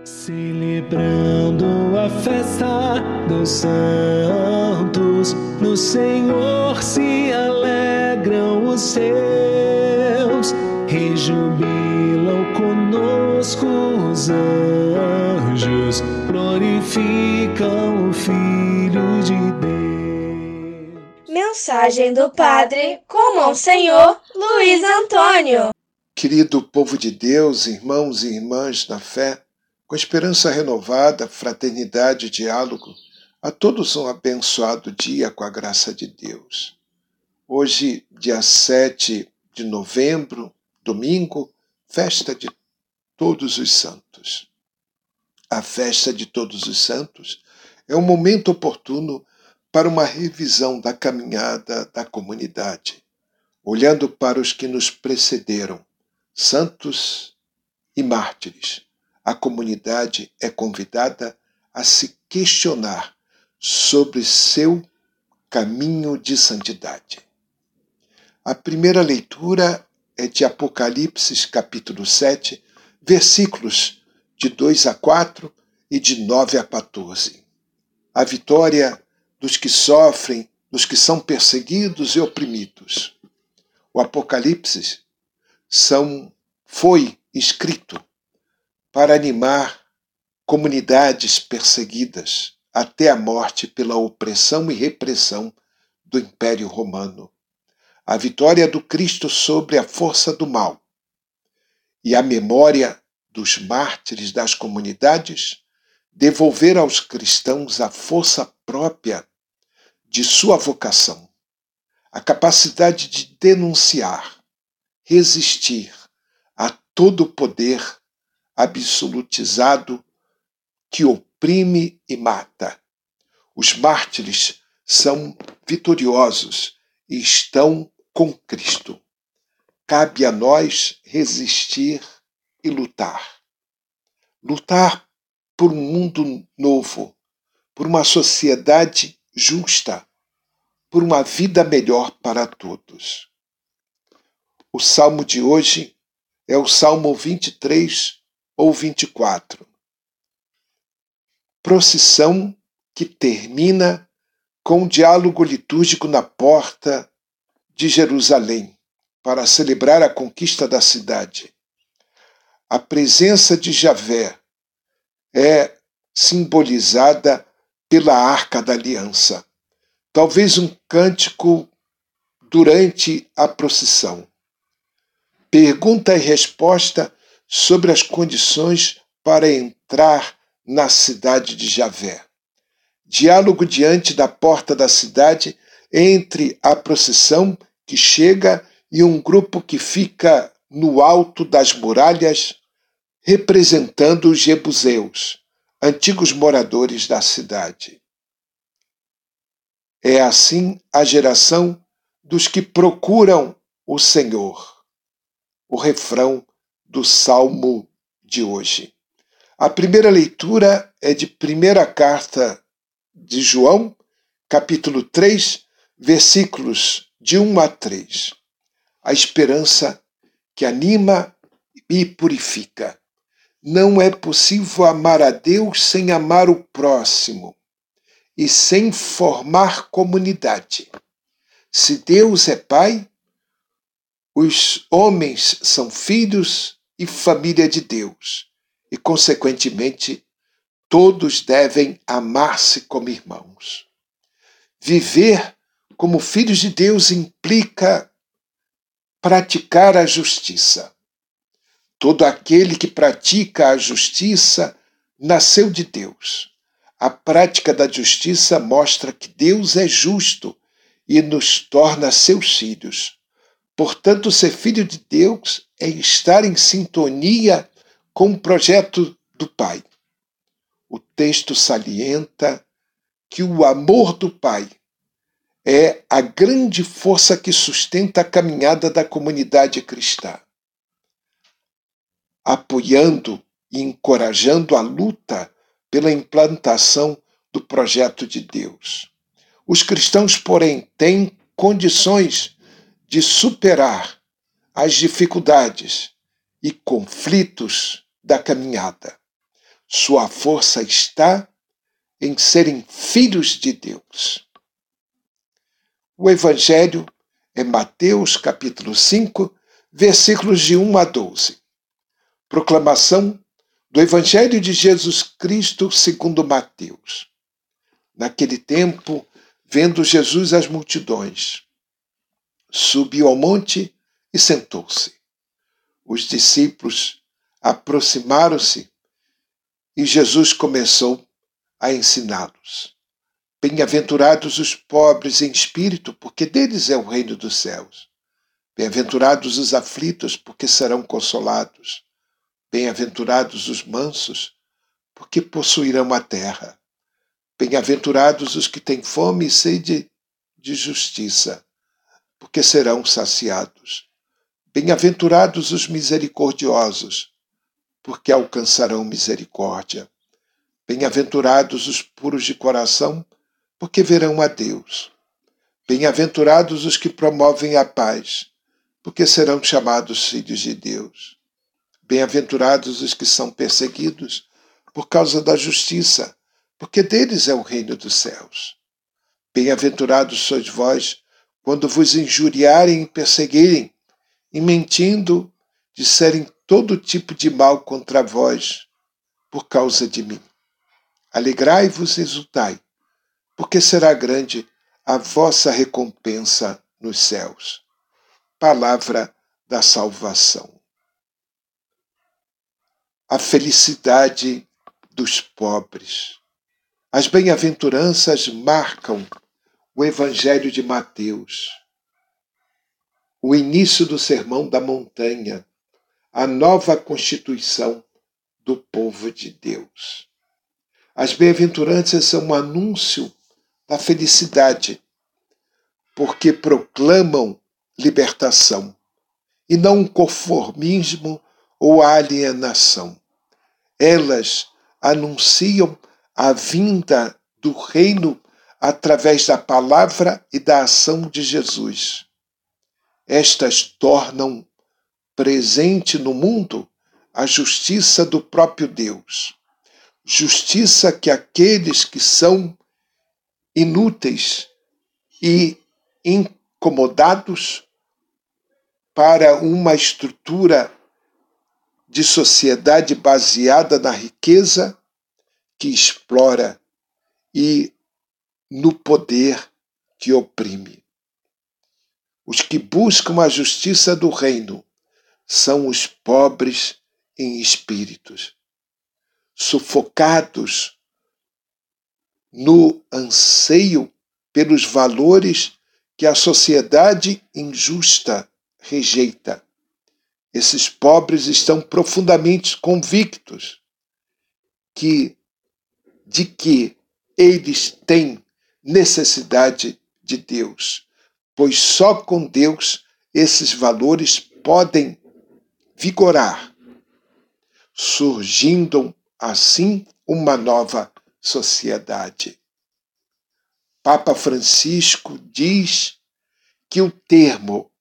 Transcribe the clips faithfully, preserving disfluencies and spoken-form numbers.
Celebrando a festa dos santos, no Senhor se alegram os seus, rejubilam conosco os anjos, glorificam o Filho de Deus. Mensagem do Padre com Monsenhor Luiz Antônio. Querido povo de Deus, irmãos e irmãs na fé, com esperança renovada, fraternidade e diálogo, a todos um abençoado dia com a graça de Deus. Hoje, dia sete de novembro, domingo, festa de Todos os Santos. A festa de Todos os Santos é um momento oportuno para uma revisão da caminhada da comunidade, olhando para os que nos precederam, santos e mártires. A comunidade é convidada a se questionar sobre seu caminho de santidade. A primeira leitura é de Apocalipse, capítulo sete, versículos de dois a quatro e de nove a quatorze. A vitória dos que sofrem, dos que são perseguidos e oprimidos. O Apocalipse são, foi escrito para animar comunidades perseguidas até a morte pela opressão e repressão do Império Romano. A vitória do Cristo sobre a força do mal e a memória dos mártires das comunidades devolver aos cristãos a força própria de sua vocação, a capacidade de denunciar, resistir a todo poder absolutizado que oprime e mata. Os mártires são vitoriosos e estão com Cristo. Cabe a nós resistir e lutar. Lutar por um mundo novo, por uma sociedade justa, por uma vida melhor para todos. O salmo de hoje é o Salmo vinte e três ou vinte e quatro. Procissão que termina com um diálogo litúrgico na porta de Jerusalém, para celebrar a conquista da cidade. A presença de Javé é simbolizada pela Arca da Aliança. Talvez um cântico durante a procissão. Pergunta e resposta sobre as condições para entrar na cidade de Javé. Diálogo diante da porta da cidade entre a procissão que chega e um grupo que fica no alto das muralhas, representando os jebuseus, antigos moradores da cidade. É assim a geração dos que procuram o Senhor. O refrão do Salmo de hoje. A primeira leitura é de primeira carta de João, capítulo três, versículos de um a três. A esperança que anima e purifica. Não é possível amar a Deus sem amar o próximo e sem formar comunidade. Se Deus é Pai, os homens são filhos e família de Deus, e, consequentemente, todos devem amar-se como irmãos. Viver como filhos de Deus implica praticar a justiça. Todo aquele que pratica a justiça nasceu de Deus. A prática da justiça mostra que Deus é justo e nos torna seus filhos. Portanto, ser filho de Deus é estar em sintonia com o projeto do Pai. O texto salienta que o amor do Pai é a grande força que sustenta a caminhada da comunidade cristã, apoiando e encorajando a luta pela implantação do projeto de Deus. Os cristãos, porém, têm condições de superar as dificuldades e conflitos da caminhada. Sua força está em serem filhos de Deus. O Evangelho é Mateus, capítulo cinco, versículos de um a doze. Proclamação do Evangelho de Jesus Cristo segundo Mateus. Naquele tempo, vendo Jesus as multidões, subiu ao monte e sentou-se. Os discípulos aproximaram-se e Jesus começou a ensiná-los. Bem-aventurados os pobres em espírito, porque deles é o reino dos céus. Bem-aventurados os aflitos, porque serão consolados. Bem-aventurados os mansos, porque possuirão a terra. Bem-aventurados os que têm fome e sede de justiça, porque serão saciados. Bem-aventurados os misericordiosos, porque alcançarão misericórdia. Bem-aventurados os puros de coração, porque verão a Deus. Bem-aventurados os que promovem a paz, porque serão chamados filhos de Deus. Bem-aventurados os que são perseguidos por causa da justiça, porque deles é o reino dos céus. Bem-aventurados sois vós, quando vos injuriarem e perseguirem, e mentindo, disserem todo tipo de mal contra vós, por causa de mim. Alegrai-vos e exultai, porque será grande a vossa recompensa nos céus. Palavra da salvação. A felicidade dos pobres. As bem-aventuranças marcam o Evangelho de Mateus, o início do Sermão da Montanha, a nova constituição do povo de Deus. As bem-aventuranças são um anúncio da felicidade, porque proclamam libertação, e não um conformismo ou alienação. Elas anunciam a vinda do reino através da palavra e da ação de Jesus. Estas tornam presente no mundo a justiça do próprio Deus. Justiça que aqueles que são inúteis e incomodados para uma estrutura de sociedade baseada na riqueza que explora e no poder que oprime. Os que buscam a justiça do reino são os pobres em espíritos, sufocados no anseio pelos valores que a sociedade injusta rejeita. Esses pobres estão profundamente convictos que, de que eles têm necessidade de Deus, pois só com Deus esses valores podem vigorar, surgindo assim uma nova sociedade. Papa Francisco diz que o termo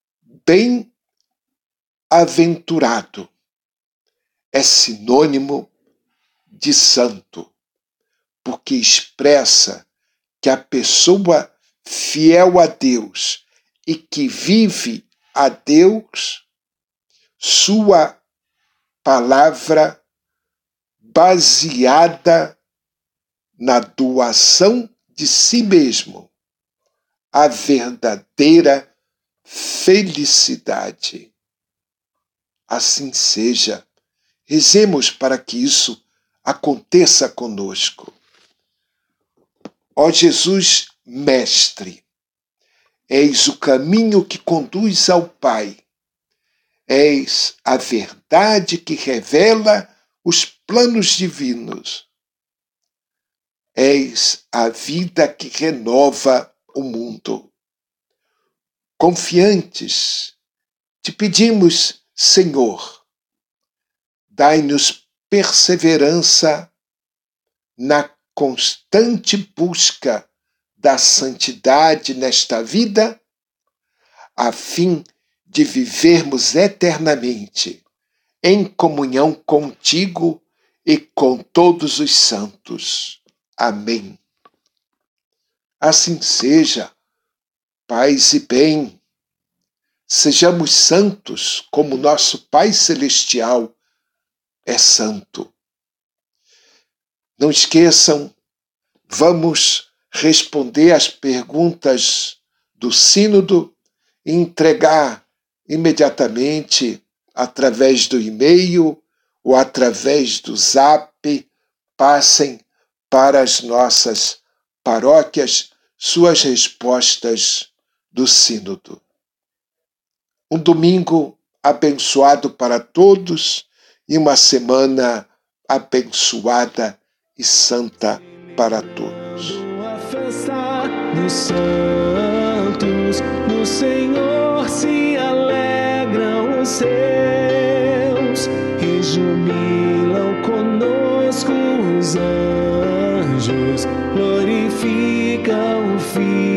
bem-aventurado é sinônimo de santo, porque expressa que a pessoa fiel a Deus e que vive a Deus, sua palavra baseada na doação de si mesmo, a verdadeira felicidade. Assim seja. Rezemos para que isso aconteça conosco. Ó Jesus, Mestre, eis o caminho que conduz ao Pai. És a verdade que revela os planos divinos. És a vida que renova o mundo. Confiantes, te pedimos, Senhor, dai-nos perseverança na constante busca da santidade nesta vida, a fim de vivermos eternamente em comunhão contigo e com todos os santos. Amém. Assim seja, paz e bem. Sejamos santos como nosso Pai Celestial é santo. Não esqueçam, vamos responder às perguntas do Sínodo e entregar imediatamente através do e-mail ou através do zap. Passem para as nossas paróquias suas respostas do Sínodo. Um domingo abençoado para todos e uma semana abençoada e santa para todos. A festa dos santos, no Senhor se alegram os seus, rejubilam conosco os anjos, glorificam o Filho.